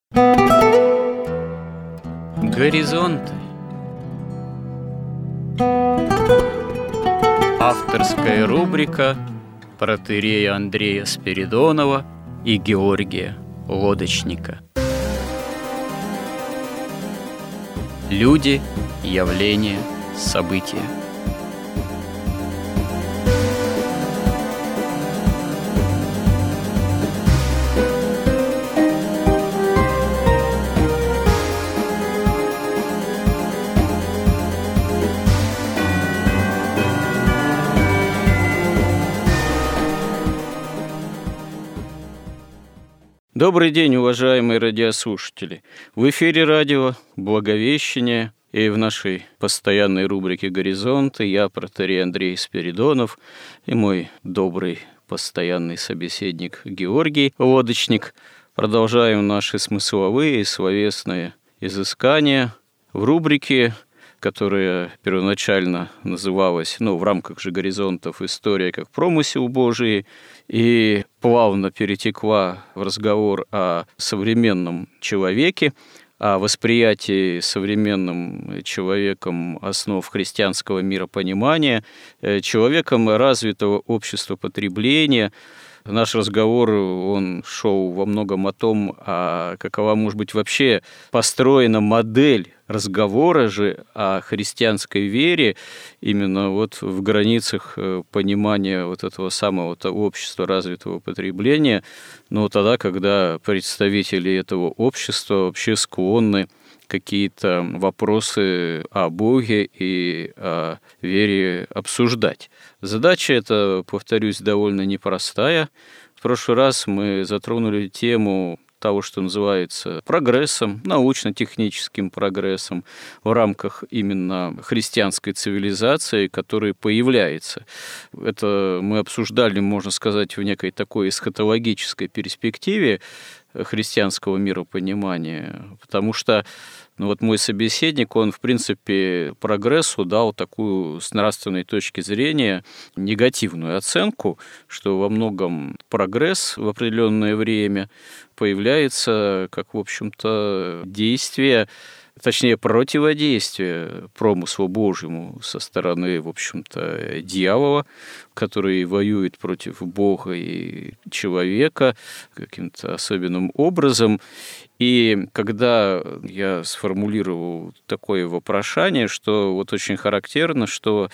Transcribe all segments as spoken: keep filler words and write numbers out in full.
Горизонты. Авторская рубрика протоиерея Андрея Спиридонова и Георгия Лодочника. Люди, явления, события. Добрый день, уважаемые радиослушатели! В эфире радио «Благовещение», и в нашей постоянной рубрике «Горизонты» я, протоиерей Андрей Спиридонов, и мой добрый постоянный собеседник Георгий Лодочник продолжаем наши смысловые и словесные изыскания в рубрике, которая первоначально называлась, ну, в рамках же «Горизонтов» «История как промысел Божий», и плавно перетекла в разговор о современном человеке, о восприятии современным человеком основ христианского миропонимания, человеком развитого общества потребления. Наш разговор, он шел во многом о том, а какова может быть вообще построена модель разговора же о христианской вере именно вот в границах понимания вот этого самого общества развитого потребления, но тогда, когда представители этого общества вообще склонны какие-то вопросы о Боге и о вере обсуждать. Задача эта, повторюсь, довольно непростая. В прошлый раз мы затронули тему того, что называется прогрессом, научно-техническим прогрессом в рамках именно христианской цивилизации, которая появляется. Это мы обсуждали, можно сказать, в некой такой эсхатологической перспективе христианского миропонимания, потому что ну вот мой собеседник, он, в принципе, прогрессу дал такую с нравственной точки зрения негативную оценку, что во многом прогресс в определенное время появляется как, в общем-то, действие, точнее, противодействие промыслу Божьему со стороны, в общем-то, дьявола, который воюет против Бога и человека каким-то особенным образом. И когда я сформулировал такое вопрошание, что вот очень характерно, что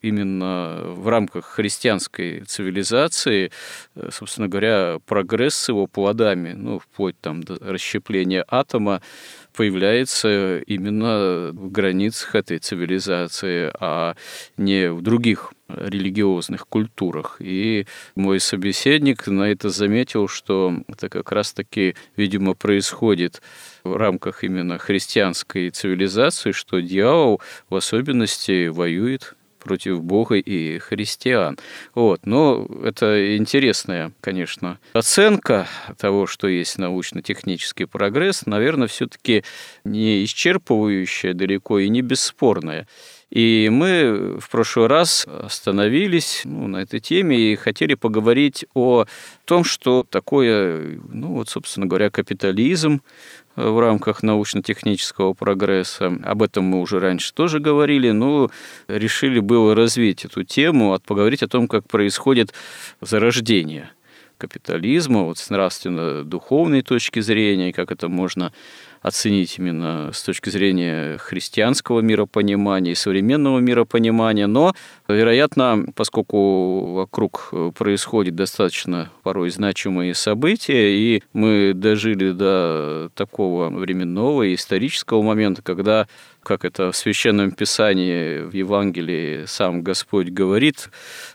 именно в рамках христианской цивилизации, собственно говоря, прогресс с его плодами, ну, вплоть там до расщепления атома, появляется именно в границах этой цивилизации, а не в других религиозных культурах. И мой собеседник на это заметил, что это как раз-таки, видимо, происходит в рамках именно христианской цивилизации, что дьявол в особенности воюет против Бога и христиан. Вот. Но это интересная, конечно, оценка того, что есть научно-технический прогресс, наверное, все-таки не исчерпывающая далеко и не бесспорная. И мы в прошлый раз остановились ну, на этой теме и хотели поговорить о том, что такое, ну вот, собственно говоря, капитализм в рамках научно-технического прогресса. Об этом мы уже раньше тоже говорили, но решили было развить эту тему, поговорить о том, как происходит зарождение капитализма вот с нравственно-духовной точки зрения, как это можно оценить именно с точки зрения христианского миропонимания и современного миропонимания, но, вероятно, поскольку вокруг происходит достаточно порой значимые события, и мы дожили до такого временного и исторического момента, когда, как это в Священном Писании, в Евангелии сам Господь говорит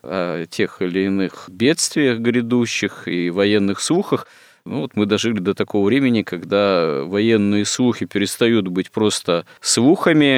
о тех или иных бедствиях грядущих и военных слухах, ну, вот мы дожили до такого времени, когда военные слухи перестают быть просто слухами,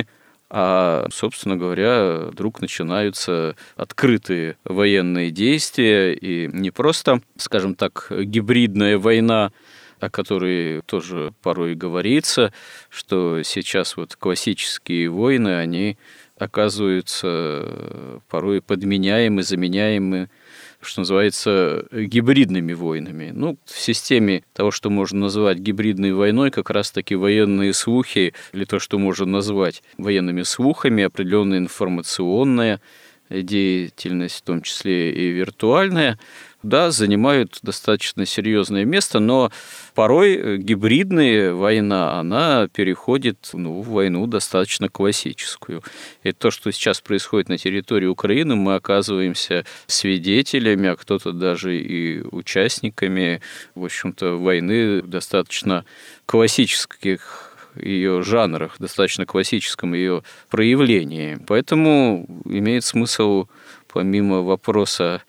а, собственно говоря, вдруг начинаются открытые военные действия, и не просто, скажем так, гибридная война, о которой тоже порой говорится, что сейчас вот классические войны, они оказываются порой подменяемы, заменяемы что называется, гибридными войнами. Ну, в системе того, что можно назвать гибридной войной, как раз-таки военные слухи, или то, что можно назвать военными слухами, определенная информационная деятельность, в том числе и виртуальная, да, занимают достаточно серьезное место, но порой гибридная война, она переходит ну, в войну достаточно классическую. И то, что сейчас происходит на территории Украины, мы оказываемся свидетелями, а кто-то даже и участниками, в общем-то, войны достаточно классических ее жанрах, достаточно классическом ее проявлении. Поэтому имеет смысл, помимо вопроса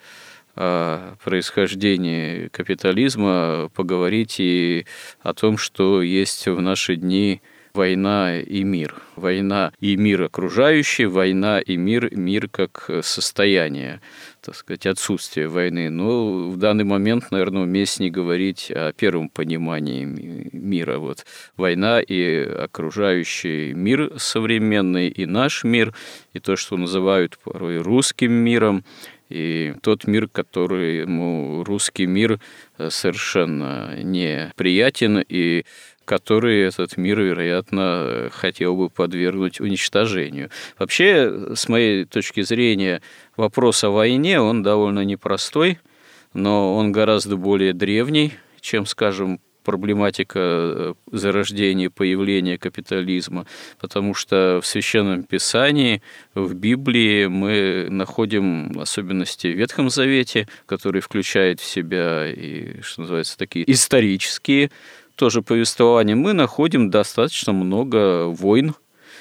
о происхождении капитализма, поговорить и о том, что есть в наши дни война и мир. Война и мир окружающий, война и мир, мир как состояние, так сказать, отсутствие войны. Но в данный момент, наверное, уместнее говорить о первом понимании мира. Вот война и окружающий мир современный, и наш мир, и то, что называют порой русским миром, и тот мир, которому русский мир совершенно неприятен, и который этот мир, вероятно, хотел бы подвергнуть уничтожению. Вообще, с моей точки зрения, вопрос о войне, он довольно непростой, но он гораздо более древний, чем, скажем, проблематика зарождения, появления капитализма, потому что в Священном Писании, в Библии мы находим особенности в Ветхом Завете, который включает в себя и, что называется, такие исторические тоже повествования. Мы находим достаточно много войн,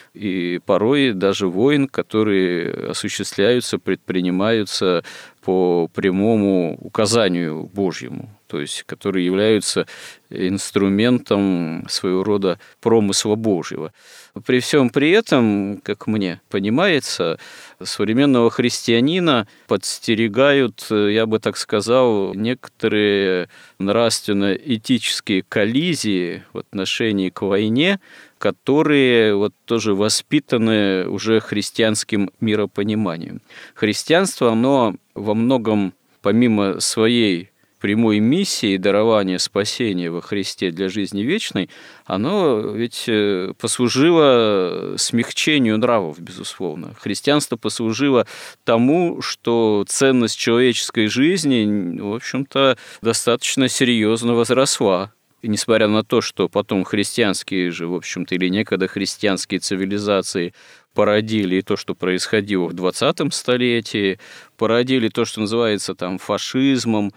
и порой даже войн, которые осуществляются, предпринимаются по прямому указанию Божьему, то есть которые являются инструментом своего рода промысла Божьего. При всем при этом, как мне понимается, современного христианина подстерегают, я бы так сказал, некоторые нравственно-этические коллизии в отношении к войне, которые вот тоже воспитаны уже христианским миропониманием. Христианство, оно во многом, помимо своей прямой миссии дарования спасения во Христе для жизни вечной, оно ведь послужило смягчению нравов, безусловно. Христианство послужило тому, что ценность человеческой жизни, в общем-то, достаточно серьезно возросла. И несмотря на то, что потом христианские же, в общем-то, или некогда христианские цивилизации породили то, что происходило в двадцатом столетии, породили то, что называется там фашизмом,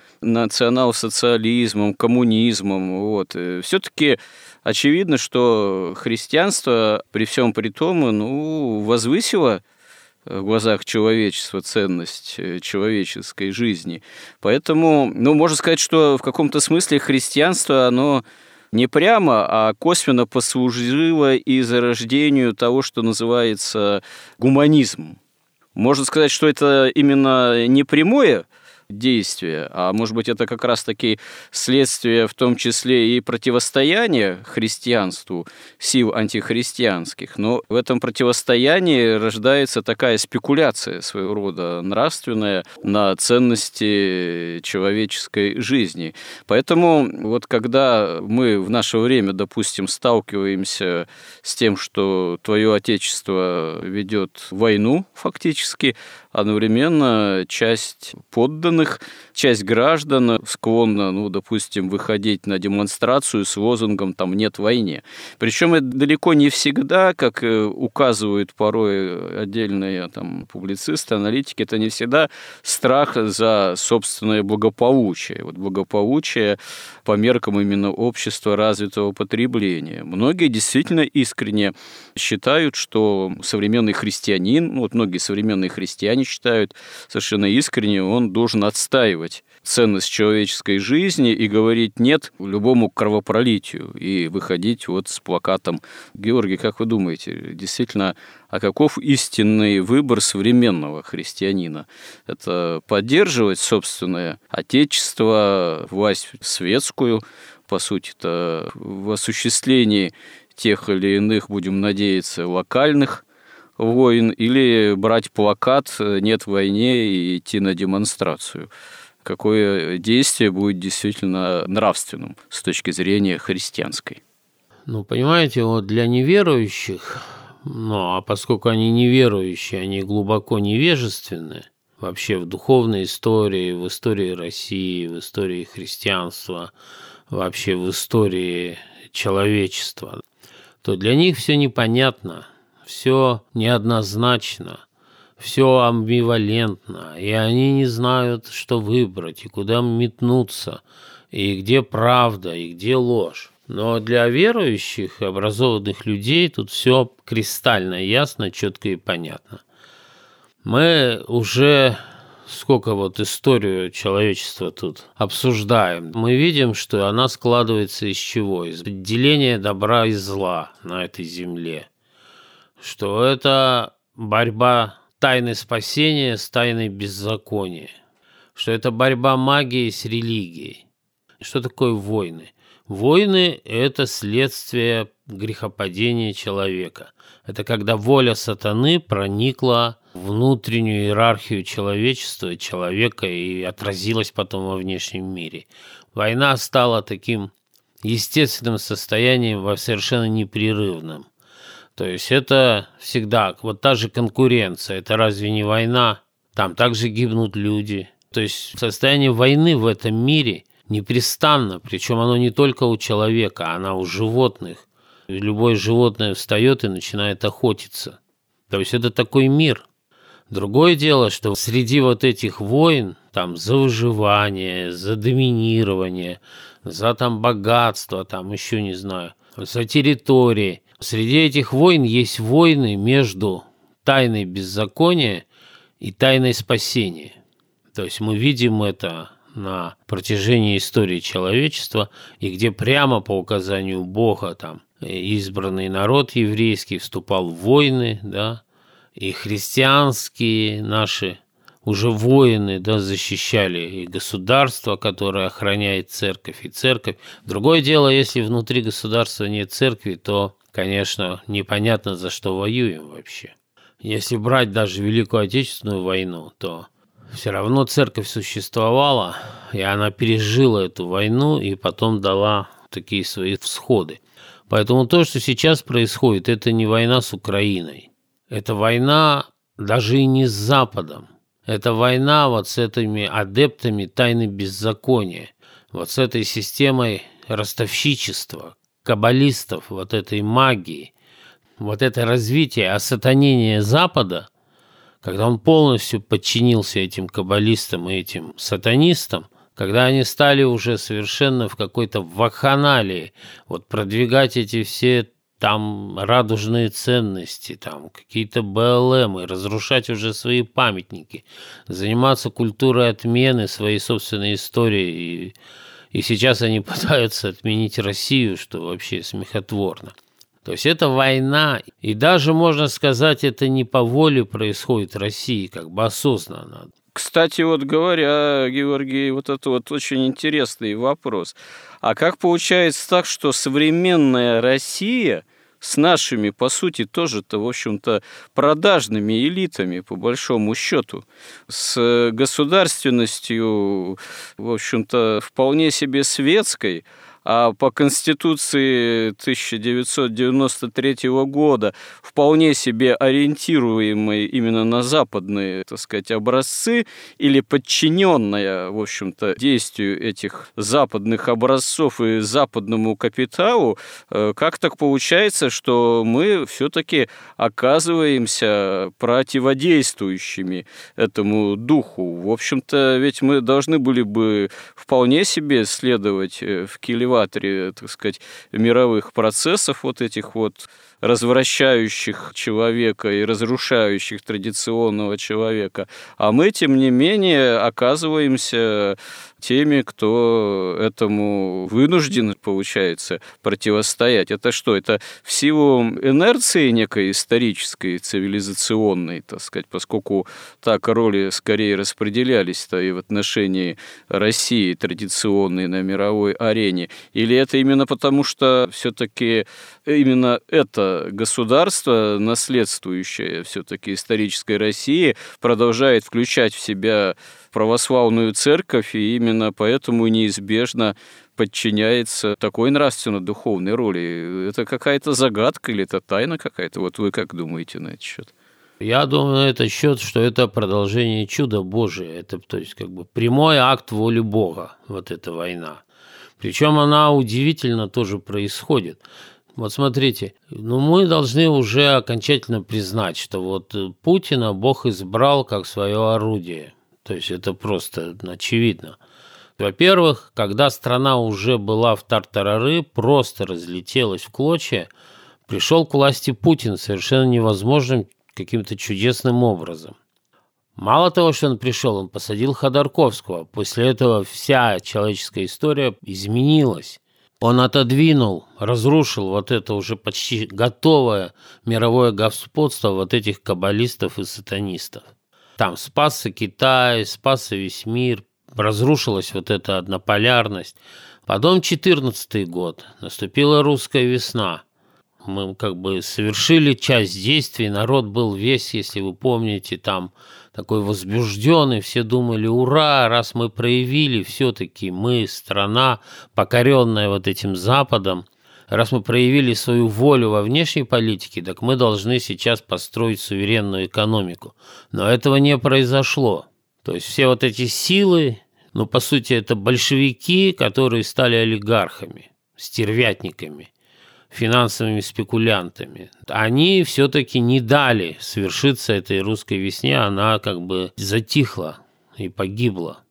национал-социализмом, коммунизмом. Вот. Все-таки очевидно, что христианство при всем при том, ну, возвысило в глазах человечества ценность человеческой жизни. Поэтому, ну, можно сказать, что в каком-то смысле христианство, оно не прямо, а косвенно послужило и зарождению того, что называется гуманизм. Можно сказать, что это именно не прямое действие, а может быть, это как раз-таки следствие в том числе и противостояния христианству, сил антихристианских. Но в этом противостоянии рождается такая спекуляция своего рода нравственная на ценности человеческой жизни. Поэтому вот когда мы в наше время, допустим, сталкиваемся с тем, что твое отечество ведет войну фактически, одновременно часть подданных, часть граждан склонна, ну, допустим, выходить на демонстрацию с лозунгом «там нет войны». Причем это далеко не всегда, как указывают порой отдельные там, публицисты, аналитики, это не всегда страх за собственное благополучие. Вот благополучие по меркам именно общества развитого потребления. Многие действительно искренне считают, что современный христианин, ну, вот многие современные христиане считают совершенно искренне, он должен отстаивать ценность человеческой жизни и говорить «нет» любому кровопролитию и выходить вот с плакатом. Георгий, как вы думаете, действительно, а каков истинный выбор современного христианина? Это поддерживать собственное отечество, власть светскую, по сути-то, в осуществлении тех или иных, будем надеяться, локальных войн, или брать плакат «нет войне» и идти на демонстрацию. какое действие будет действительно нравственным с точки зрения христианской. Ну, понимаете, вот для неверующих, ну, а поскольку они неверующие, они глубоко невежественны вообще в духовной истории, в истории России, в истории христианства, вообще в истории человечества, то для них все непонятно, все неоднозначно, все амбивалентно, и они не знают, что выбрать, и куда метнуться, и где правда, и где ложь. Но для верующих, образованных людей тут все кристально ясно, четко и понятно. Мы уже сколько вот историю человечества тут обсуждаем. Мы видим, что она складывается из чего? Из деления добра и зла на этой земле. Что это борьба тайны спасения с тайной беззакония. Что это борьба магии с религией. Что такое войны? Войны – это следствие грехопадения человека. Это когда воля сатаны проникла в внутреннюю иерархию человечества, человека и отразилась потом во внешнем мире. Война стала таким естественным состоянием, совершенно непрерывным. То есть это всегда, вот та же конкуренция, это разве не война? Там также гибнут люди. То есть состояние войны в этом мире непрестанно, причем оно не только у человека, оно у животных. Любое животное встает и начинает охотиться. То есть это такой мир. Другое дело, что среди вот этих войн, там, за выживание, за доминирование, за там богатство, там, еще не знаю, за территории, среди этих войн есть войны между тайной беззакония и тайной спасения. То есть мы видим это на протяжении истории человечества, и где прямо по указанию Бога там избранный народ еврейский вступал в войны, да, и христианские наши уже воины, да, защищали и государство, которое охраняет церковь, и церковь. Другое дело, если внутри государства нет церкви, то, конечно, непонятно, за что воюем вообще. Если брать даже Великую Отечественную войну, то все равно церковь существовала, и она пережила эту войну и потом дала такие свои всходы. Поэтому то, что сейчас происходит, это не война с Украиной. Это война даже и не с Западом. Это война вот с этими адептами тайны беззакония, вот с этой системой ростовщичества, каббалистов, вот этой магии, вот это развитие, осатанение Запада, когда он полностью подчинился этим каббалистам и этим сатанистам, когда они стали уже совершенно в какой-то вакханалии, вот продвигать эти все там радужные ценности, там какие-то бэ эл эмы, разрушать уже свои памятники, заниматься культурой отмены своей собственной истории. И, и сейчас они пытаются отменить Россию, что вообще смехотворно. То есть это война, и даже, можно сказать, это не по воле происходит в России, как бы осознанно. Кстати, вот говоря, Георгий, вот это вот очень интересный вопрос. А как получается так, что современная Россия с нашими, по сути, тоже-то, в общем-то, продажными элитами, по большому счету, с государственностью, в общем-то, вполне себе светской, а по Конституции тысяча девятьсот девяносто третьего года вполне себе ориентируемые именно на западные, так сказать, образцы или подчиненная, в общем-то, действию этих западных образцов и западному капиталу, как так получается, что мы все-таки оказываемся противодействующими этому духу? В общем-то, ведь мы должны были бы вполне себе следовать в килеваторе, так сказать, мировых процессов вот этих вот развращающих человека и разрушающих традиционного человека. А мы, тем не менее, оказываемся теми, кто этому вынужден, получается, противостоять. Это что? Это в силу инерции некой исторической, цивилизационной, так сказать, поскольку так роли скорее распределялись-то и в отношении России традиционной на мировой арене. Или это именно потому, что все-таки именно это это государство, наследствующее все-таки исторической России, продолжает включать в себя православную церковь, и именно поэтому неизбежно подчиняется такой нравственно-духовной роли. Это какая-то загадка или это тайна какая-то? Вот вы как думаете на этот счет? Я думаю на этот счет, что это продолжение чуда Божия. Это, то есть, как бы прямой акт воли Бога, вот эта война. Причем она удивительно тоже происходит. Вот смотрите, ну мы должны уже окончательно признать, что вот Путина Бог избрал как свое орудие. То есть это просто очевидно. Во-первых, когда страна уже была в тартарары, просто разлетелась в клочья, пришел к власти Путин совершенно невозможным каким-то чудесным образом. Мало того, что он пришел, он посадил Ходорковского. После этого вся человеческая история изменилась. Он отодвинул, разрушил вот это уже почти готовое мировое господство вот этих каббалистов и сатанистов. Там спасся Китай, спасся весь мир, разрушилась вот эта однополярность. Потом четырнадцатый год, наступила русская весна. Мы как бы совершили часть действий, народ был весь, если вы помните, там такой возбужденный, все думали, ура, раз мы проявили все-таки, мы, страна, покоренная вот этим Западом, раз мы проявили свою волю во внешней политике, так мы должны сейчас построить суверенную экономику. Но этого не произошло. То есть все вот эти силы, ну, по сути, это большевики, которые стали олигархами, стервятниками, финансовыми спекулянтами. Они все-таки не дали свершиться этой русской весне, она как бы затихла и погибла.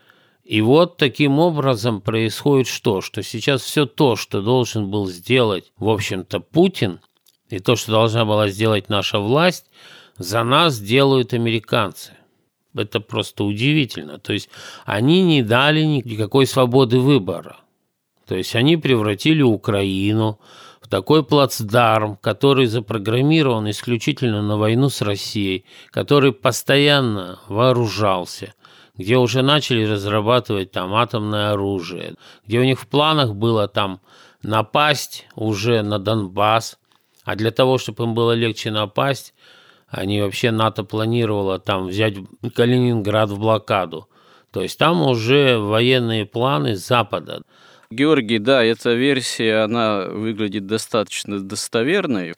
И вот таким образом происходит что? Что сейчас все то, что должен был сделать, в общем-то, Путин, и то, что должна была сделать наша власть, за нас делают американцы. Это просто удивительно. То есть они не дали никакой свободы выбора. То есть они превратили Украину в такой плацдарм, который запрограммирован исключительно на войну с Россией, который постоянно вооружался, где уже начали разрабатывать там атомное оружие, где у них в планах было там напасть уже на Донбасс, а для того, чтобы им было легче напасть, они вообще НАТО планировало там взять Калининград в блокаду. То есть там уже военные планы Запада. Георгий, да, эта версия, она выглядит достаточно достоверной.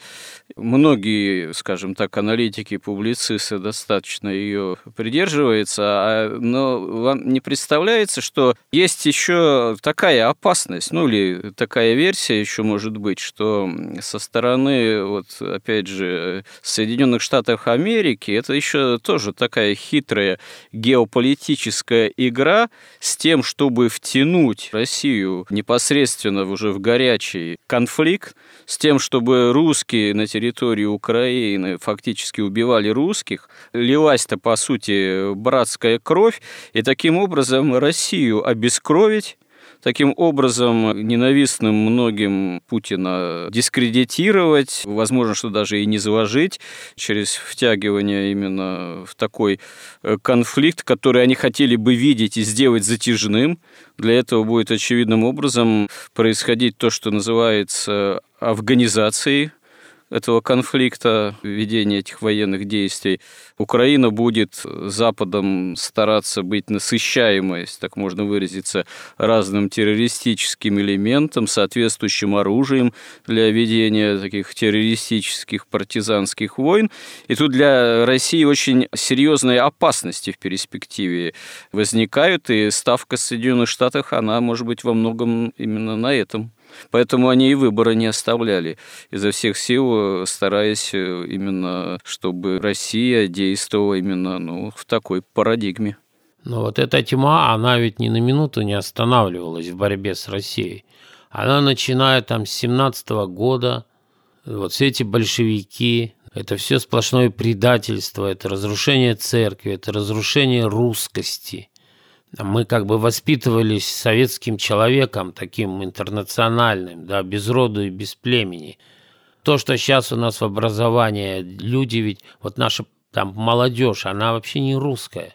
Многие, скажем так, аналитики, публицисты достаточно ее придерживаются, но вам не представляется, что есть еще такая опасность, ну или такая версия еще может быть, что со стороны, вот опять же, Соединенных Штатов Америки, это еще тоже такая хитрая геополитическая игра с тем, чтобы втянуть Россию непосредственно уже в горячий конфликт, с тем, чтобы русские на территории Украины фактически убивали русских, лилась-то, по сути, братская кровь, и таким образом Россию обескровить, таким образом ненавистным многим Путина дискредитировать, возможно, что даже и не заложить через втягивание именно в такой конфликт, который они хотели бы видеть и сделать затяжным. Для этого будет очевидным образом происходить то, что называется афганизацией этого конфликта, ведения этих военных действий. Украина будет Западом стараться быть насыщаемой, если так можно выразиться, разным террористическим элементом, соответствующим оружием для ведения таких террористических партизанских войн. И тут для России очень серьезные опасности в перспективе возникают, и ставка Соединенных Штатов, она может быть во многом именно на этом. Поэтому они и выбора не оставляли, изо всех сил стараясь именно, чтобы Россия действовала именно ну, в такой парадигме. Но вот эта тьма, она ведь ни на минуту не останавливалась в борьбе с Россией. Она начинает там с семнадцатого года, вот все эти большевики, это все сплошное предательство, это разрушение церкви, это разрушение русскости. Мы как бы воспитывались советским человеком, таким интернациональным, да, без роду и без племени. То, что сейчас у нас в образовании, люди ведь, вот наша там молодежь, она вообще не русская.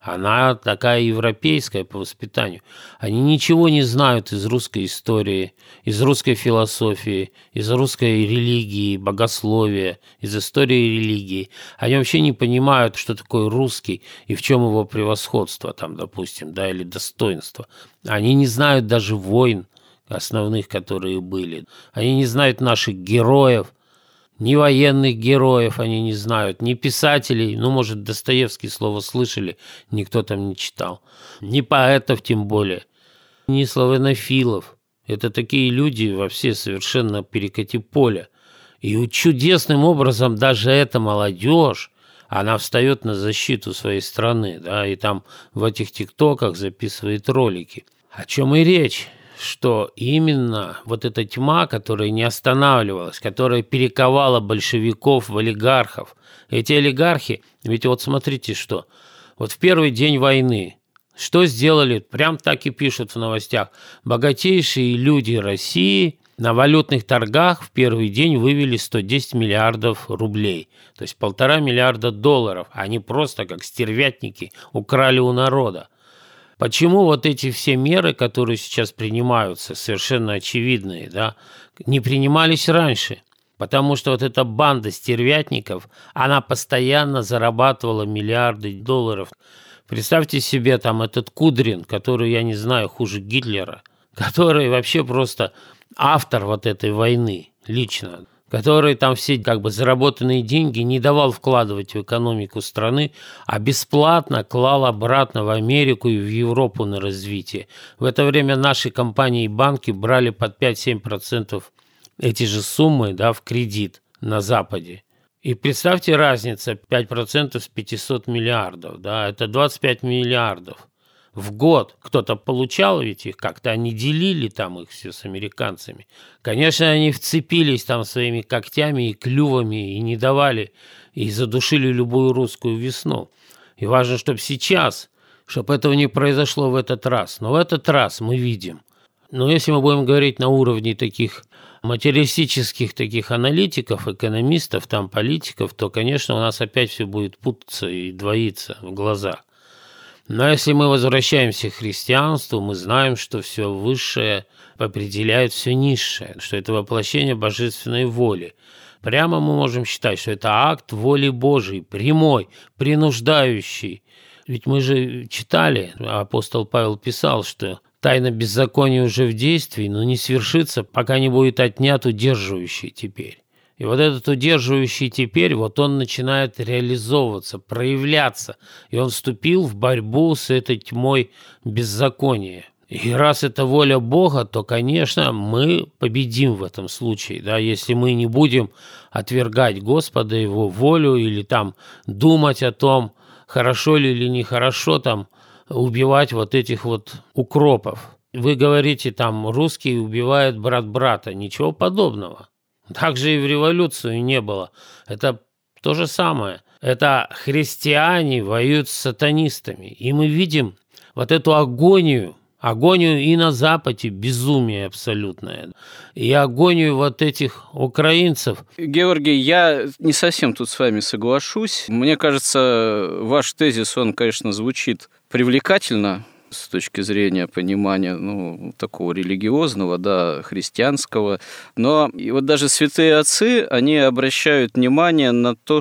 Она такая европейская по воспитанию. Они ничего не знают из русской истории, из русской философии, из русской религии, богословия, из истории религии. Они вообще не понимают, что такое русский и в чем его превосходство, там, допустим, да, или достоинство. Они не знают даже войн основных, которые были. Они не знают наших героев. Ни военных героев они не знают, ни писателей, ну, может, Достоевский слово слышали, никто там не читал, ни поэтов тем более, ни славянофилов. Это такие люди во все совершенно перекати поле. И чудесным образом даже эта молодежь, она встает на защиту своей страны, да, и там в этих тиктоках записывает ролики. О чем и речь? Что именно вот эта тьма, которая не останавливалась, которая перековала большевиков в олигархов. Эти олигархи, ведь вот смотрите что, вот в первый день войны, что сделали, прям так и пишут в новостях, богатейшие люди России на валютных торгах в первый день вывели сто десять миллиардов рублей, то есть полтора миллиарда долларов, они просто как стервятники украли у народа. Почему вот эти все меры, которые сейчас принимаются, совершенно очевидные, да, не принимались раньше? Потому что вот эта банда стервятников, она постоянно зарабатывала миллиарды долларов. Представьте себе там этот Кудрин, который, я не знаю, хуже Гитлера, который вообще просто автор вот этой войны лично, который там все как бы заработанные деньги не давал вкладывать в экономику страны, а бесплатно клал обратно в Америку и в Европу на развитие. В это время наши компании и банки брали под пять-семь процентов эти же суммы, да, в кредит на Западе. И представьте разницу, пять процентов с пятисот миллиардов, да, это двадцать пять миллиардов. В год кто-то получал ведь их, как-то они делили там их все с американцами. Конечно, они вцепились там своими когтями и клювами и не давали, и задушили любую русскую весну. И важно, чтобы сейчас, чтобы этого не произошло в этот раз. Но в этот раз мы видим, но если мы будем говорить на уровне таких материалистических таких аналитиков, экономистов, там политиков, то, конечно, у нас опять все будет путаться и двоиться в глазах. Но если мы возвращаемся к христианству, мы знаем, что все высшее определяет все низшее, что это воплощение божественной воли. Прямо мы можем считать, что это акт воли Божией, прямой, принуждающий. Ведь мы же читали, апостол Павел писал, что тайна беззакония уже в действии, но не свершится, пока не будет отнят удерживающий теперь. И вот этот удерживающий теперь, вот он начинает реализовываться, проявляться. И он вступил в борьбу с этой тьмой беззакония. И раз это воля Бога, то, конечно, мы победим в этом случае. Да? Если мы не будем отвергать Господа, Его волю, или там думать о том, хорошо ли или нехорошо там убивать вот этих вот укропов. Вы говорите, там, русский убивает брат брата. Ничего подобного. Так же и в революцию не было. Это то же самое. Это христиане воюют с сатанистами. И мы видим вот эту агонию, агонию и на Западе, безумие абсолютное, и агонию вот этих украинцев. Георгий, я не совсем тут с вами соглашусь. Мне кажется, ваш тезис, он, конечно, звучит привлекательно, с точки зрения понимания, ну, такого религиозного, да, христианского. Но и вот даже святые отцы, они обращают внимание на то,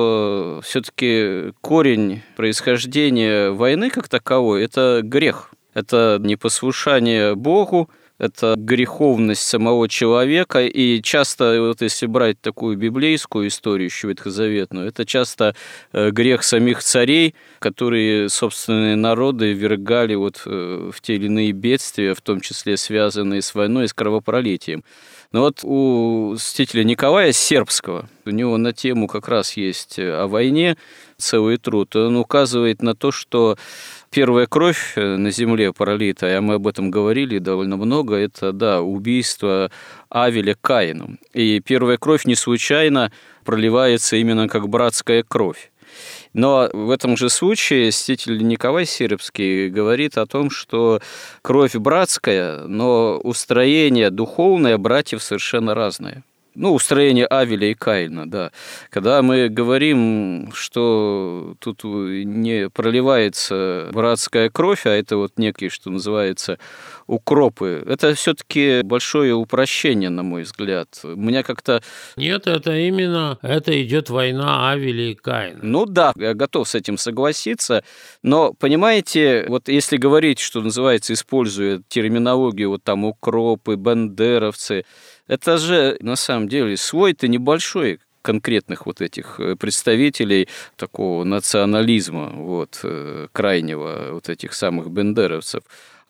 что все-таки корень происхождения войны как таковой – это грех. Это непослушание Богу, это греховность самого человека, и часто, вот если брать такую библейскую историю, еще ветхозаветную, это часто грех самих царей, которые собственные народы ввергали вот в те или иные бедствия, в том числе связанные с войной и с кровопролитием. Но вот у святителя Николая Сербского, у него на тему как раз есть о войне целый труд, он указывает на то, что первая кровь на земле пролитая, а мы об этом говорили довольно много, это, да, убийство Авеля Каином. И первая кровь не случайно проливается именно как братская кровь. Но в этом же случае святитель Николай Сербский говорит о том, что кровь братская, но устроение духовное братьев совершенно разное. Ну, устроение Авеля и Каина, да. Когда мы говорим, что тут не проливается братская кровь, а это вот некие, что называется, укропы, это все-таки большое упрощение, на мой взгляд. У меня как-то... Нет, это именно, это идет война Авеля и Каина. Ну да, я готов с этим согласиться, но, понимаете, вот если говорить, что называется, используя терминологию, вот там укропы, бандеровцы, это же, на самом деле, свой-то небольшой конкретных вот этих представителей такого национализма, вот, крайнего, вот этих самых бандеровцев.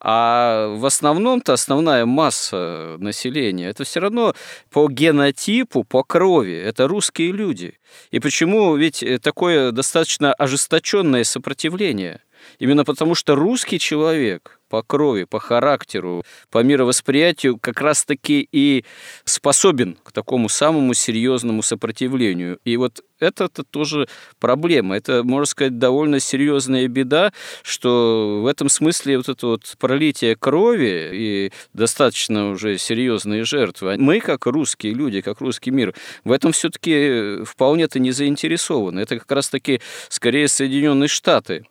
А в основном-то основная масса населения – это все равно по генотипу, по крови, это русские люди. И почему ведь такое достаточно ожесточенное сопротивление? Именно потому, что русский человек по крови, по характеру, по мировосприятию как раз-таки и способен к такому самому серьезному сопротивлению. И вот это-то тоже проблема. Это, можно сказать, довольно серьезная беда, что в этом смысле вот это вот пролитие крови и достаточно уже серьезные жертвы, мы, как русские люди, как русский мир, в этом все-таки вполне-то не заинтересованы. Это как раз-таки скорее Соединенные Штаты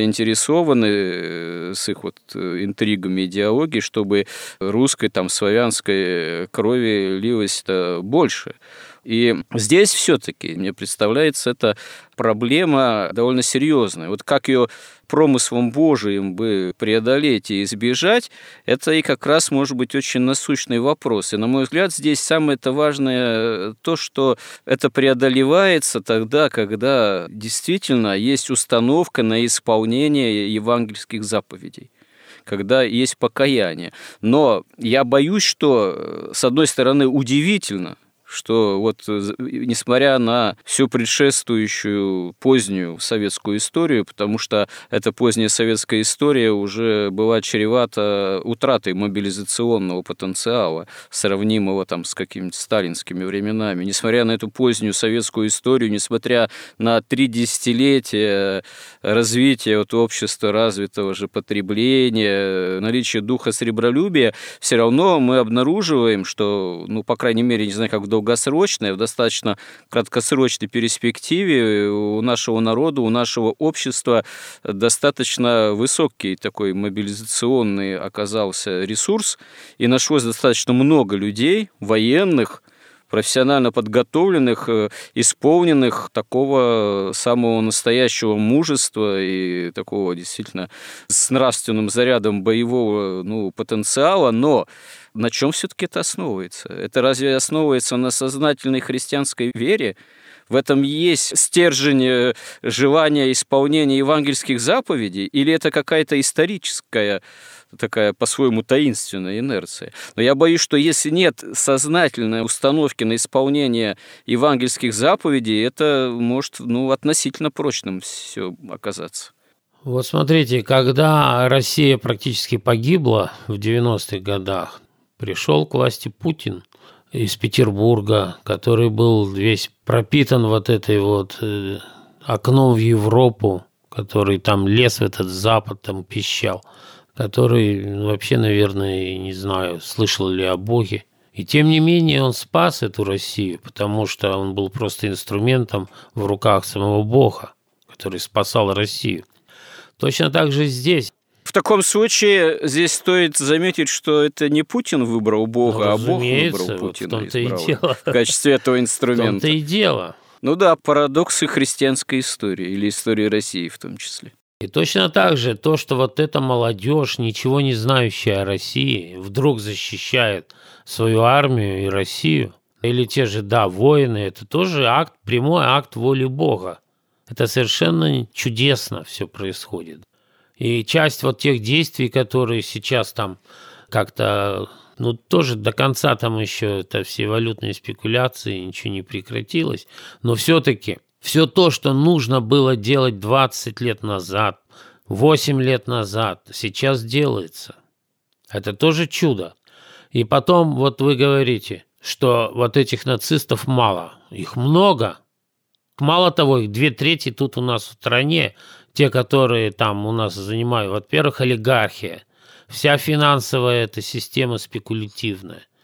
заинтересованы с их вот интригами идеологии, чтобы русской, там, славянской крови лилось-то больше. И здесь все-таки, мне представляется, эта проблема довольно серьезная. Вот как ее промыслом Божиим бы преодолеть и избежать, это и как раз может быть очень насущный вопрос. И, на мой взгляд, здесь самое-то важное то, что это преодолевается тогда, когда действительно есть установка на исполнение евангельских заповедей, когда есть покаяние. Но я боюсь, что, с одной стороны, удивительно, что вот несмотря на всю предшествующую позднюю советскую историю, потому что эта поздняя советская история уже была чревата утратой мобилизационного потенциала, сравнимого там с какими-то сталинскими временами, несмотря на эту позднюю советскую историю, несмотря на три десятилетия развития вот общества, развитого же потребления, наличие духа сребролюбия, все равно мы обнаруживаем, что, ну, по крайней мере, не знаю, как в долгосрочной, в достаточно краткосрочной перспективе у нашего народа, у нашего общества достаточно высокий такой мобилизационный оказался ресурс, и нашлось достаточно много людей, военных, профессионально подготовленных, исполненных такого самого настоящего мужества и такого действительно с нравственным зарядом боевого, ну, потенциала, но на чем все-таки это основывается? Это разве основывается на сознательной христианской вере? В этом есть стержень желания исполнения евангельских заповедей, или это какая-то историческая, такая по-своему таинственная инерция? Но я боюсь, что если нет сознательной установки на исполнение евангельских заповедей, это может, ну, относительно прочным все оказаться. Вот смотрите, когда Россия практически погибла в девяностых годах, пришел к власти Путин из Петербурга, который был весь пропитан вот этой вот э, окном в Европу, который там лез в этот Запад, там пищал, который вообще, наверное, не знаю, слышал ли о Боге. И тем не менее он спас эту Россию, потому что он был просто инструментом в руках самого Бога, который спасал Россию. Точно так же здесь. В таком случае здесь стоит заметить, что это не Путин выбрал Бога, ну, а Бог выбрал Путина вот в, и дело. в качестве этого инструмента. В том-то и дело. Ну да, парадоксы христианской истории или истории России в том числе. И точно так же то, что вот эта молодежь, ничего не знающая о России, вдруг защищает свою армию и Россию, или те же, да, воины, это тоже акт, прямой акт воли Бога. Это совершенно чудесно все происходит. И часть вот тех действий, которые сейчас там как-то, ну, тоже до конца там еще это все валютные спекуляции, ничего не прекратилось, но все-таки все то, что нужно было делать двадцать лет назад, восемь лет назад, сейчас делается. Это тоже чудо. И потом вот вы говорите, что вот этих нацистов мало, их много. Мало того, их две трети тут у нас в стране, те, которые там у нас занимают, во-первых, олигархия, вся финансовая эта система спекулятивная.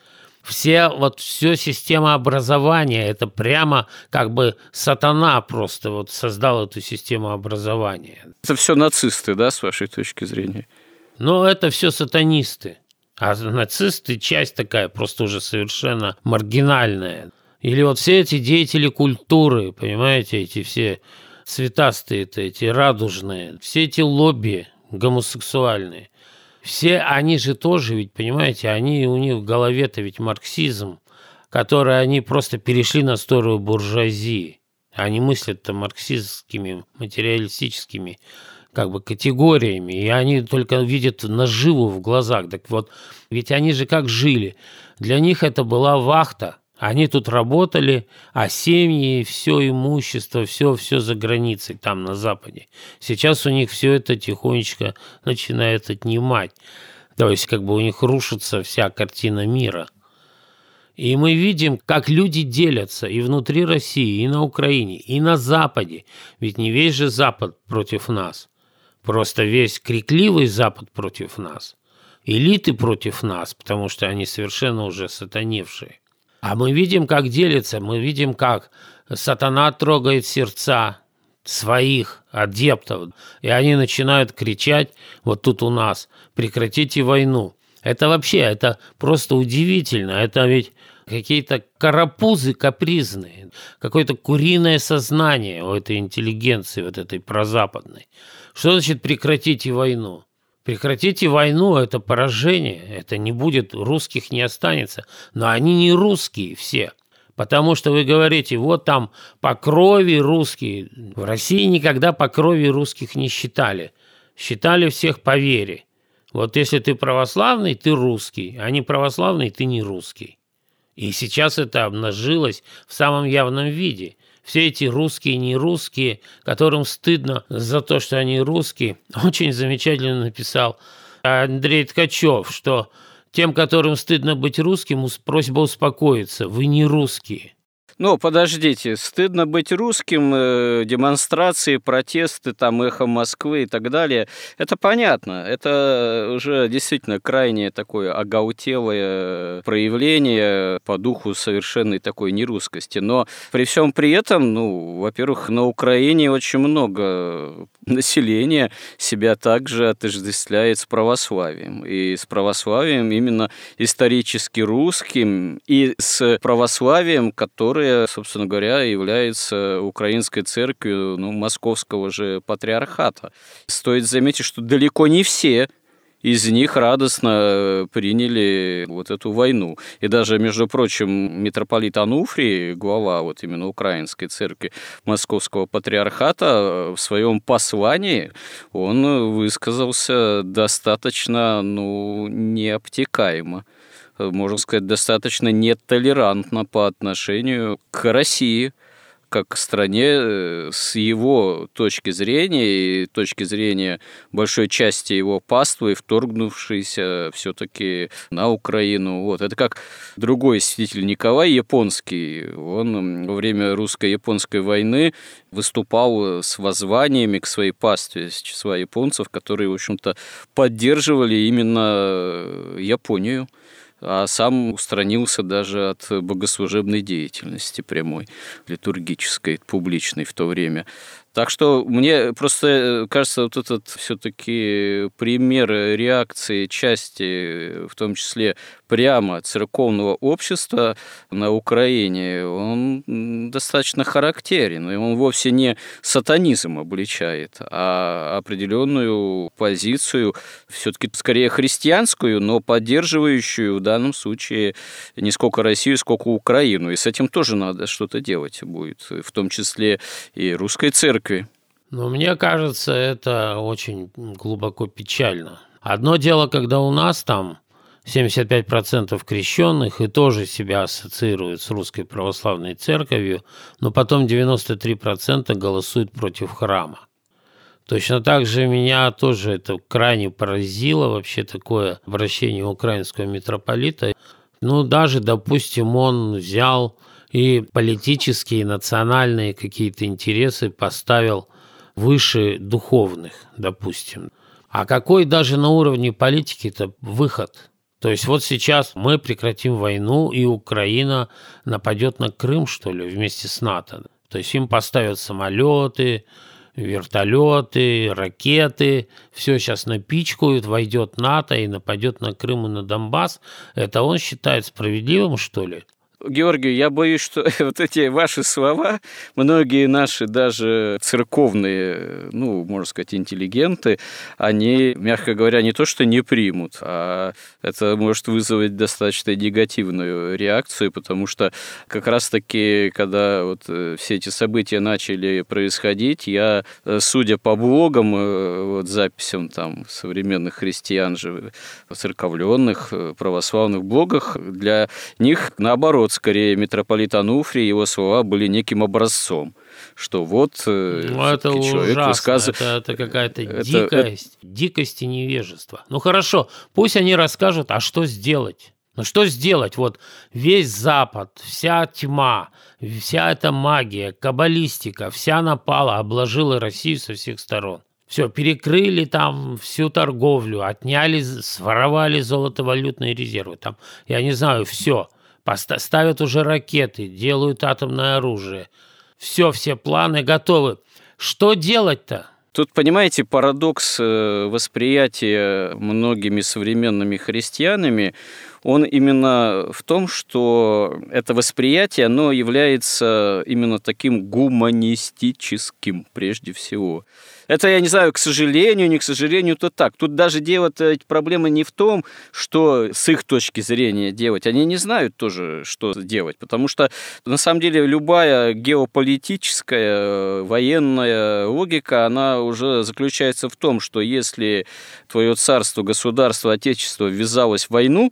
Все, вот все система образования, это прямо как бы сатана просто вот создал эту систему образования. Это все нацисты, да, с вашей точки зрения? Но это все сатанисты. А нацисты – часть такая, просто уже совершенно маргинальная. Или вот все эти деятели культуры, понимаете, эти все цветастые-то, эти радужные, все эти лобби гомосексуальные. Все они же тоже, ведь, понимаете, они, у них в голове-то ведь марксизм, который они просто перешли на сторону буржуазии. Они мыслят-то марксистскими, материалистическими как бы категориями, и они только видят наживу в глазах. Так вот, ведь они же как жили? Для них это была вахта. Они тут работали, а семьи, все имущество, все, все за границей, там на Западе. Сейчас у них все это тихонечко начинает отнимать. То есть как бы у них рушится вся картина мира. И мы видим, как люди делятся и внутри России, и на Украине, и на Западе. Ведь не весь же Запад против нас. Просто весь крикливый Запад против нас. Элиты против нас, потому что они совершенно уже сатаневшие. А мы видим, как делится, мы видим, как сатана трогает сердца своих адептов, и они начинают кричать вот тут у нас: прекратите войну. Это вообще, это просто удивительно, это ведь какие-то карапузы капризные, какое-то куриное сознание у этой интеллигенции, вот этой прозападной. Что значит прекратите войну? Прекратите войну – это поражение, это не будет, русских не останется. Но они не русские все, потому что вы говорите, вот там по крови русские. В России никогда по крови русских не считали. Считали всех по вере. Вот если ты православный, ты русский, а не православный, ты не русский. И сейчас это обнажилось в самом явном виде. Все эти русские, не русские, которым стыдно за то, что они русские, очень замечательно написал Андрей Ткачев, что тем, которым стыдно быть русским, просьба успокоиться, вы не русские. Ну, подождите, стыдно быть русским, э, демонстрации, протесты, там, эхо Москвы и так далее. Это понятно, это уже действительно крайне такое оголтелое проявление по духу совершенной такой нерусскости. Но при всем при этом, ну, во-первых, на Украине очень много населения себя также отождествляет с православием. И с православием именно исторически русским, и с православием, которое, собственно говоря, является украинской церковью, ну, московского же патриархата. Стоит заметить, что далеко не все из них радостно приняли вот эту войну. И даже, между прочим, митрополит Ануфрий, глава вот именно Украинской церкви Московского патриархата, в своем послании он высказался достаточно, ну, необтекаемо, можно сказать, достаточно нетолерантно по отношению к России, как к стране с его точки зрения и точки зрения большой части его паствы, вторгнувшейся все-таки на Украину. Вот. Это как другой святитель Николай Японский. Он во время русско-японской войны выступал с воззваниями к своей пастве, с числа японцев, которые, в общем-то, поддерживали именно Японию, а сам устранился даже от богослужебной деятельности прямой, литургической, публичной в то время. Так что мне просто кажется, вот этот все-таки пример реакции части, в том числе прямо церковного общества на Украине, он достаточно характерен. И он вовсе не сатанизм обличает, а определенную позицию, все-таки скорее христианскую, но поддерживающую в данном случае не сколько Россию, сколько Украину. И с этим тоже надо что-то делать будет, в том числе и русской церкви. Но мне кажется, это очень глубоко печально. Одно дело, когда у нас там семьдесят пять процентов крещенных и тоже себя ассоциируют с Русской Православной Церковью, но потом девяносто три процента голосуют против храма. Точно так же меня тоже это крайне поразило, вообще такое обращение украинского митрополита. Ну, даже, допустим, он взял и политические, национальные какие-то интересы поставил выше духовных, допустим. А какой даже на уровне политики-то выход? То есть вот сейчас мы прекратим войну, и Украина нападет на Крым, что ли, вместе с НАТО. То есть им поставят самолеты, вертолеты, ракеты, все сейчас напичкают, войдет НАТО и нападет на Крым и на Донбасс. Это он считает справедливым, что ли? Георгий, я боюсь, что вот эти ваши слова, многие наши даже церковные, ну, можно сказать, интеллигенты, они, мягко говоря, не то что не примут, а это может вызвать достаточно негативную реакцию, потому что как раз-таки, когда вот все эти события начали происходить, я, судя по блогам, вот записям там современных христиан же, церковленных, православных блогах, для них, наоборот, скорее митрополит Ануфрий, его слова были неким образцом, что вот ну, это человек высказывает... Это, это какая-то это, дикость, это... дикость и невежество. Ну хорошо, пусть они расскажут, а что сделать? Ну что сделать? Вот весь Запад, вся тьма, вся эта магия, каббалистика, вся напала, обложила Россию со всех сторон. Все, перекрыли там всю торговлю, отняли, своровали золотовалютные резервы. Там, я не знаю, все. Ставят уже ракеты, делают атомное оружие. Все, все планы готовы. Что делать-то? Тут, понимаете, парадокс восприятия многими современными христианами, он именно в том, что это восприятие, оно является именно таким гуманистическим прежде всего. Это, я не знаю, к сожалению, не к сожалению, то так. Тут даже дело-то, проблема не в том, что с их точки зрения делать. Они не знают тоже, что делать, потому что, на самом деле, любая геополитическая, военная логика, она уже заключается в том, что если твое царство, государство, отечество ввязалось в войну,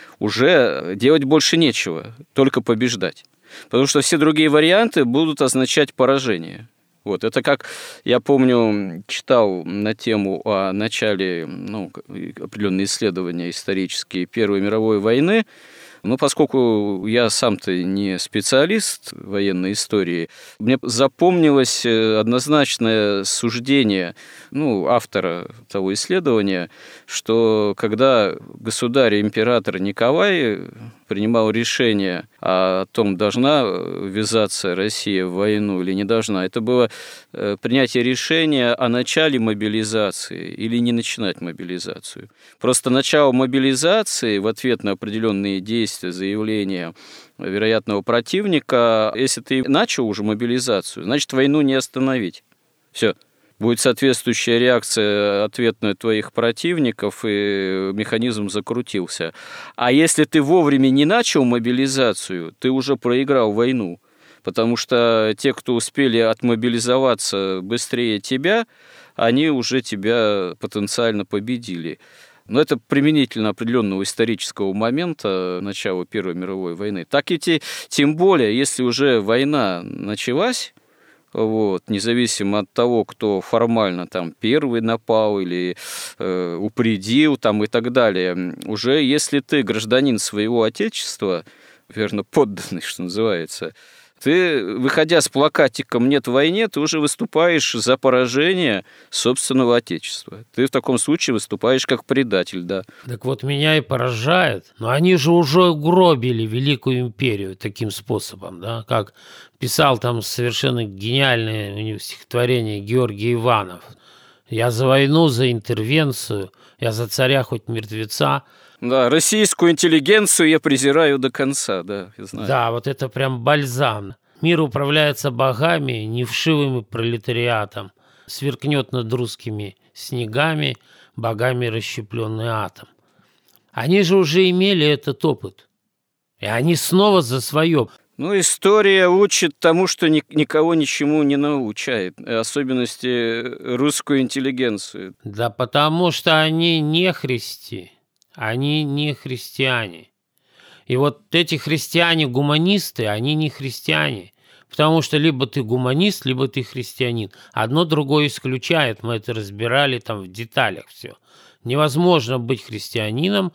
уже делать больше нечего, только побеждать. Потому что все другие варианты будут означать поражение. Вот, это как, я помню, читал на тему о начале, ну, определенные исследования исторические Первой мировой войны. Ну, поскольку я сам-то не специалист военной истории, мне запомнилось однозначное суждение, ну, автора того исследования, что когда государь-император Николай принимал решение о том, должна ввязаться Россия в войну или не должна, это было принятие решения о начале мобилизации или не начинать мобилизацию. Просто начало мобилизации в ответ на определенные действия, заявления вероятного противника, если ты начал уже мобилизацию, значит, войну не остановить. Все. Будет соответствующая реакция ответная твоих противников, и механизм закрутился. А если ты вовремя не начал мобилизацию, ты уже проиграл войну. Потому что те, кто успели отмобилизоваться быстрее тебя, они уже тебя потенциально победили. Но это применительно определенного исторического момента начала Первой мировой войны. Так и те, тем более, если уже война началась, вот, независимо от того, кто формально там первый напал или э, упредил там, и так далее, уже если ты гражданин своего отечества, верно, подданный, что называется, ты, выходя с плакатиком «Нет войне», ты уже выступаешь за поражение собственного отечества. Ты в таком случае выступаешь как предатель, да. Так вот, меня и поражает. Но они же уже угробили Великую империю таким способом, да, как писал там совершенно гениальное у него стихотворение Георгий Иванов. «Я за войну, за интервенцию, я за царя хоть мертвеца». Да, российскую интеллигенцию я презираю до конца, да, я знаю. Да, вот это прям бальзам. Мир управляется богами, не вшивым пролетариатом. Сверкнет над русскими снегами, богами расщепленный атом. Они же уже имели этот опыт. И они снова за свое. Ну, история учит тому, что ни, никого ничему не научает, в особенности русскую интеллигенцию. Да потому что они не христи. Они не христиане. И вот эти христиане-гуманисты, они не христиане. Потому что либо ты гуманист, либо ты христианин. Одно другое исключает. Мы это разбирали там в деталях все. Невозможно быть христианином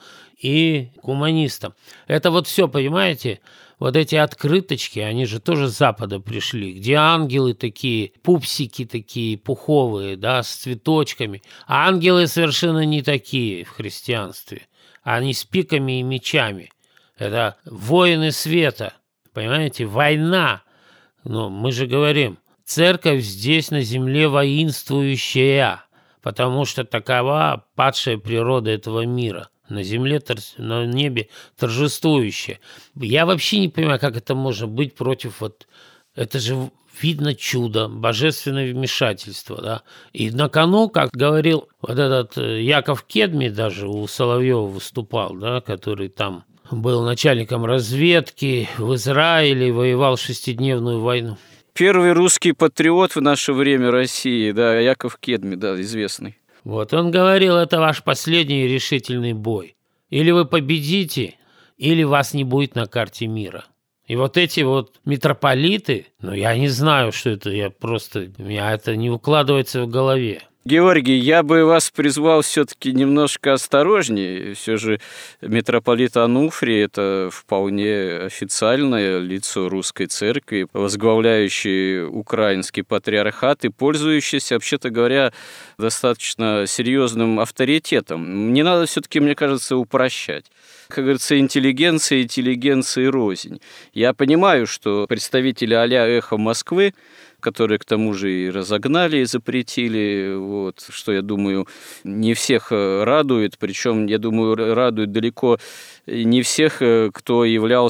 и гуманистом. Это вот все, понимаете? Вот эти открыточки, они же тоже с Запада пришли, где ангелы такие, пупсики такие пуховые, да, с цветочками. А ангелы совершенно не такие в христианстве. а не с пиками и мечами. Это воины света, понимаете, война. Но мы же говорим, церковь здесь на земле воинствующая, потому что такова падшая природа этого мира. На земле, на небе торжествующая. Я вообще не понимаю, как это можно быть против вот... Это же видно чудо, божественное вмешательство, да. И на кону, как говорил вот этот Яков Кедми, даже у Соловьева выступал, да, который там был начальником разведки в Израиле, воевал шестидневную войну. Первый русский патриот в наше время России, да, Яков Кедми, да, известный. Вот, он говорил, это ваш последний решительный бой. Или вы победите, или вас не будет на карте мира. И вот эти вот митрополиты, ну, я не знаю, что это, я просто, у меня это не укладывается в голове. Георгий, я бы вас призвал все-таки немножко осторожнее. Все же митрополит Ануфрий – это вполне официальное лицо русской церкви, возглавляющий украинский патриархат и пользующийся, вообще-то говоря, достаточно серьезным авторитетом. Не надо все-таки, мне кажется, упрощать. Как говорится, интеллигенция, интеллигенция рознь. Я понимаю, что представители а-ля «Эхо Москвы», которые, к тому же, и разогнали, и запретили, вот, что, я думаю, не всех радует, причем, я думаю, радует далеко не всех, кто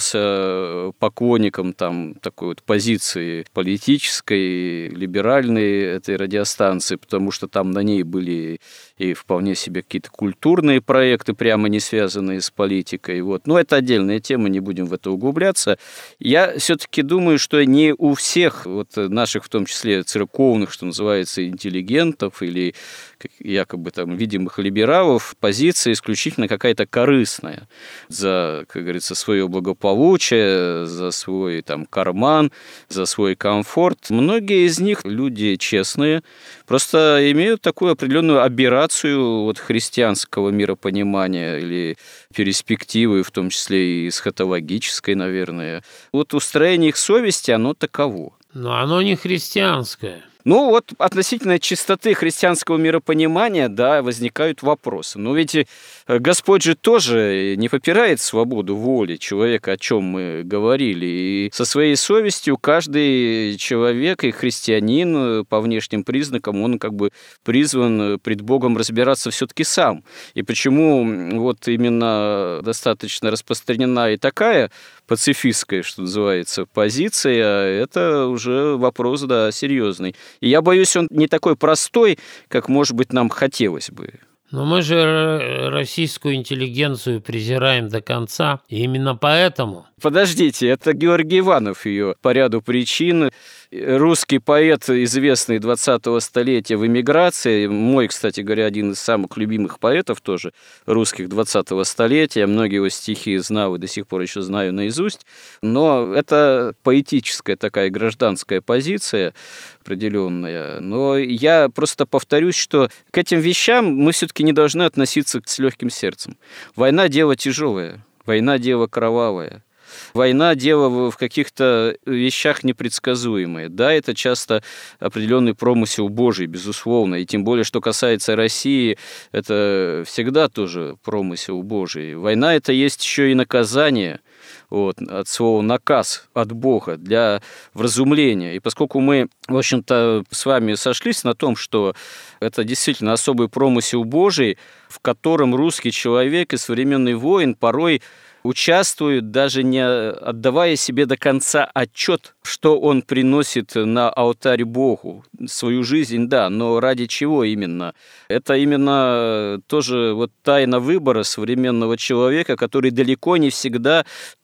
являлся поклонником там, такой вот позиции политической, либеральной этой радиостанции, потому что там на ней были и вполне себе какие-то культурные проекты, прямо не связанные с политикой. Вот. Но это отдельная тема, не будем в это углубляться. Я все-таки думаю, что не у всех вот наших, в том числе церковных, что называется, интеллигентов или якобы там видимых либералов, позиция исключительно какая-то корыстная за, как говорится, свое благополучие, за свой там карман, за свой комфорт. Многие из них люди честные, просто имеют такую определенную аберрацию вот христианского миропонимания или перспективы, в том числе и эсхатологической, наверное. Вот устроение их совести, оно таково. Но оно не христианское. Ну, вот относительно чистоты христианского миропонимания, да, возникают вопросы. Но ведь Господь же тоже не попирает свободу воли человека, о чем мы говорили. И со своей совестью каждый человек и христианин по внешним признакам, он как бы призван пред Богом разбираться все-таки сам. И почему вот именно достаточно распространена и такая пацифистская, что называется, позиция, это уже вопрос, да, серьезный. И я боюсь, он не такой простой, как, может быть, нам хотелось бы. Но мы же российскую интеллигенцию презираем до конца, и именно поэтому... Подождите, это Георгий Иванов ее по ряду причин. Русский поэт, известный двадцатого столетия в эмиграции, мой, кстати говоря, один из самых любимых поэтов тоже русских двадцатого столетия, многие его стихи знал и до сих пор еще знаю наизусть, но это поэтическая такая гражданская позиция определенная. Но я просто повторюсь, что к этим вещам мы все-таки не должны относиться с легким сердцем. Война – дело тяжелое, война – дело кровавое. Война – дело в каких-то вещах непредсказуемое. Да, это часто определенный промысел Божий, безусловно. И тем более, что касается России, это всегда тоже промысел Божий. Война – это есть еще и наказание, вот, от слова «наказ» от Бога для вразумления. И поскольку мы, в общем-то, с вами сошлись на том, что это действительно особый промысел Божий, в котором русский человек и современный воин порой участвует, даже не отдавая себе до конца отчет, что он приносит на алтарь Богу. Свою жизнь, да, но ради чего именно? Это именно тоже вот тайна выбора современного человека, который далеко не всегда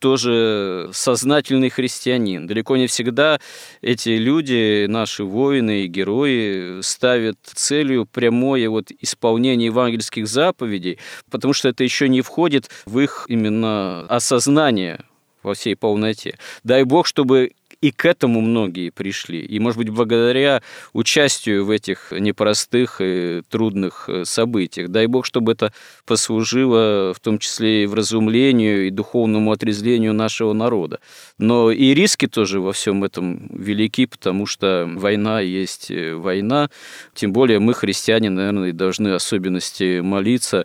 тоже сознательный христианин. Далеко не всегда эти люди, наши воины и герои, ставят целью прямое вот исполнение евангельских заповедей, потому что это еще не входит в их именно осознание во всей полноте. Дай Бог, чтобы и к этому многие пришли. И, может быть, благодаря участию в этих непростых и трудных событиях. Дай Бог, чтобы это послужило в том числе и вразумлению, и духовному отрезлению нашего народа. Но и риски тоже во всем этом велики, потому что война есть война. Тем более мы, христиане, наверное, должны особенности молиться,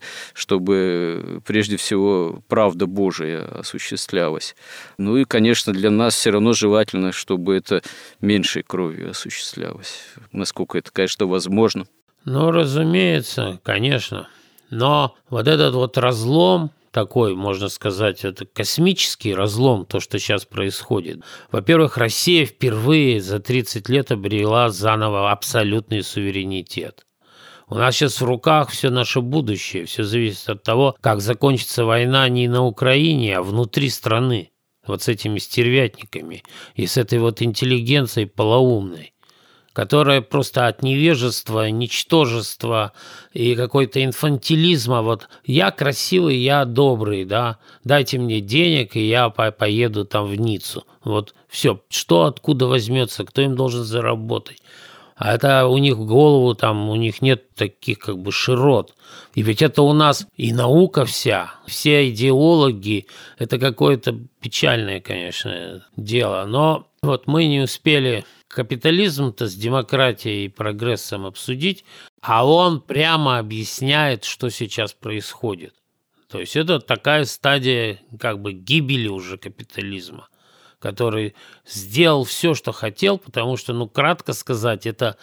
чтобы прежде всего правда Божия осуществлялась. Ну и, конечно, для нас все равно желательно, чтобы это меньшей кровью осуществлялось, насколько это, конечно, возможно. Ну, разумеется, конечно. Но вот этот вот разлом, такой, можно сказать, это космический разлом, то, что сейчас происходит. Во-первых, Россия впервые за тридцать лет обрела заново абсолютный суверенитет. У нас сейчас в руках все наше будущее, все зависит от того, как закончится война не на Украине, а внутри страны. Вот с этими стервятниками и с этой вот интеллигенцией полоумной, которая просто от невежества, ничтожества и какой-то инфантилизма, вот я красивый, я добрый, да, дайте мне денег, и я поеду там в Ниццу. Вот все, что откуда возьмется, кто им должен заработать. А это у них в голову, там, у них нет таких как бы широт. И ведь это у нас и наука вся, все идеологи, это какое-то печальное, конечно, дело. Но вот мы не успели капитализм-то с демократией и прогрессом обсудить, а он прямо объясняет, что сейчас происходит. То есть это такая стадия как бы гибели уже капитализма, который сделал все, что хотел, потому что, ну, кратко сказать, это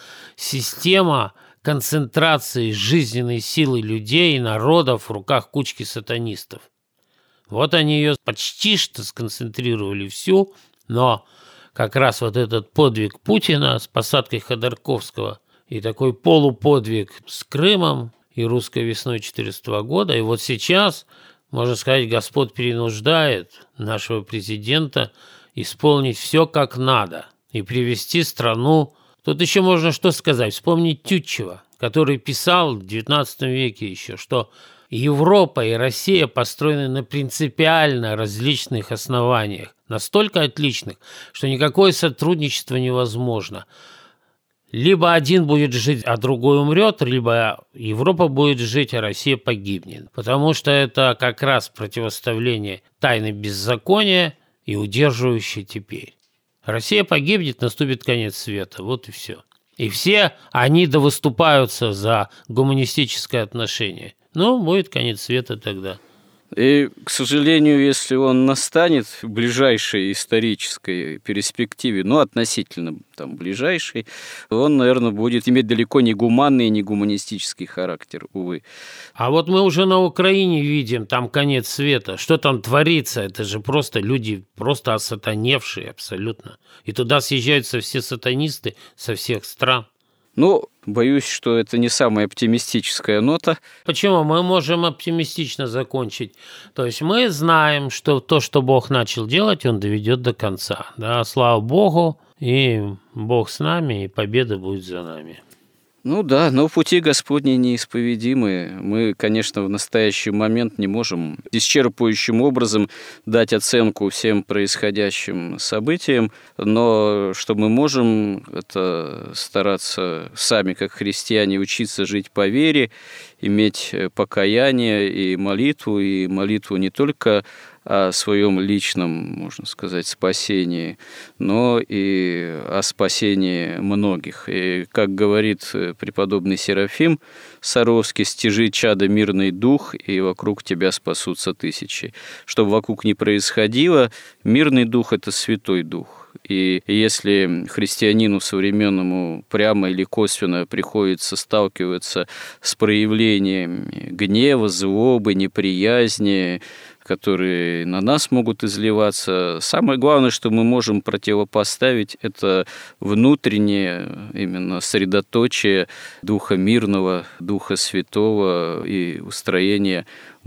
система концентрации жизненной силы людей и народов в руках кучки сатанистов. Вот они ее почти что сконцентрировали всю, но как раз вот этот подвиг Путина с посадкой Ходорковского и такой полуподвиг с Крымом и русской весной четырнадцатого года, и вот сейчас, можно сказать, Господь перенуждает нашего президента исполнить все как надо и привести страну. Тут еще можно что сказать, вспомнить Тютчева, который писал в девятнадцатом веке еще, что Европа и Россия построены на принципиально различных основаниях, настолько отличных, что никакое сотрудничество невозможно. Либо один будет жить, а другой умрет, либо Европа будет жить, а Россия погибнет. Потому что это как раз противоставление тайны беззакония и удерживающей теперь. Россия погибнет, наступит конец света. Вот и все. И все они довыступаются за гуманистическое отношение. Ну, будет конец света тогда. И, к сожалению, если он настанет в ближайшей исторической перспективе, ну, относительно там, ближайшей, он, наверное, будет иметь далеко не гуманный и не гуманистический характер, увы. А вот мы уже на Украине видим, там конец света. Что там творится? Это же просто люди, просто осатаневшие абсолютно. И туда съезжаются все сатанисты со всех стран. Ну, боюсь, что это не самая оптимистическая нота. Почему? Мы можем оптимистично закончить. То есть мы знаем, что то, что Бог начал делать, Он доведет до конца. Да, слава Богу, и Бог с нами, и победа будет за нами. Ну да, но пути Господни неисповедимы. Мы, конечно, в настоящий момент не можем исчерпывающим образом дать оценку всем происходящим событиям, но что мы можем, это стараться сами, как христиане, учиться жить по вере, иметь покаяние и молитву, и молитву не только о своем личном, можно сказать, спасении, но и о спасении многих. И, как говорит преподобный Серафим Саровский, «Стяжи, чадо, мирный дух, и вокруг тебя спасутся тысячи». Что бы вокруг ни происходило, мирный дух – это святой дух. И если христианину современному прямо или косвенно приходится сталкиваться с проявлениями гнева, злобы, неприязни, которые на нас могут изливаться. Самое главное, что мы можем противопоставить, это внутреннее именно средоточие Духа Мирного, Духа Святого и устроение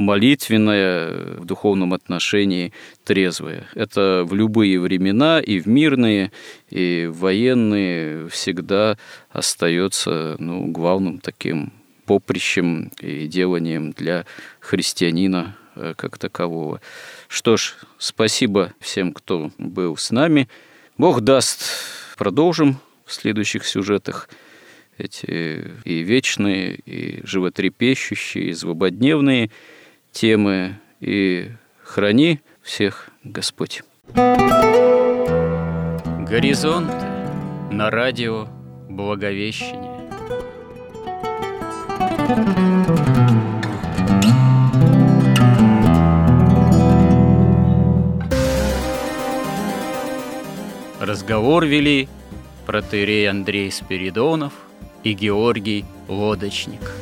молитвенное, в духовном отношении трезвое. Это в любые времена, и в мирные, и в военные, всегда остается ну, главным таким поприщем и деланием для христианина как такового. Что ж, спасибо всем, кто был с нами. Бог даст, продолжим в следующих сюжетах эти и вечные, и животрепещущие, и злободневные темы. И храни всех Господь. Горизонт на радио Благовещение. Разговор вели протоиерей Андрей Спиридонов и Георгий Лодочник.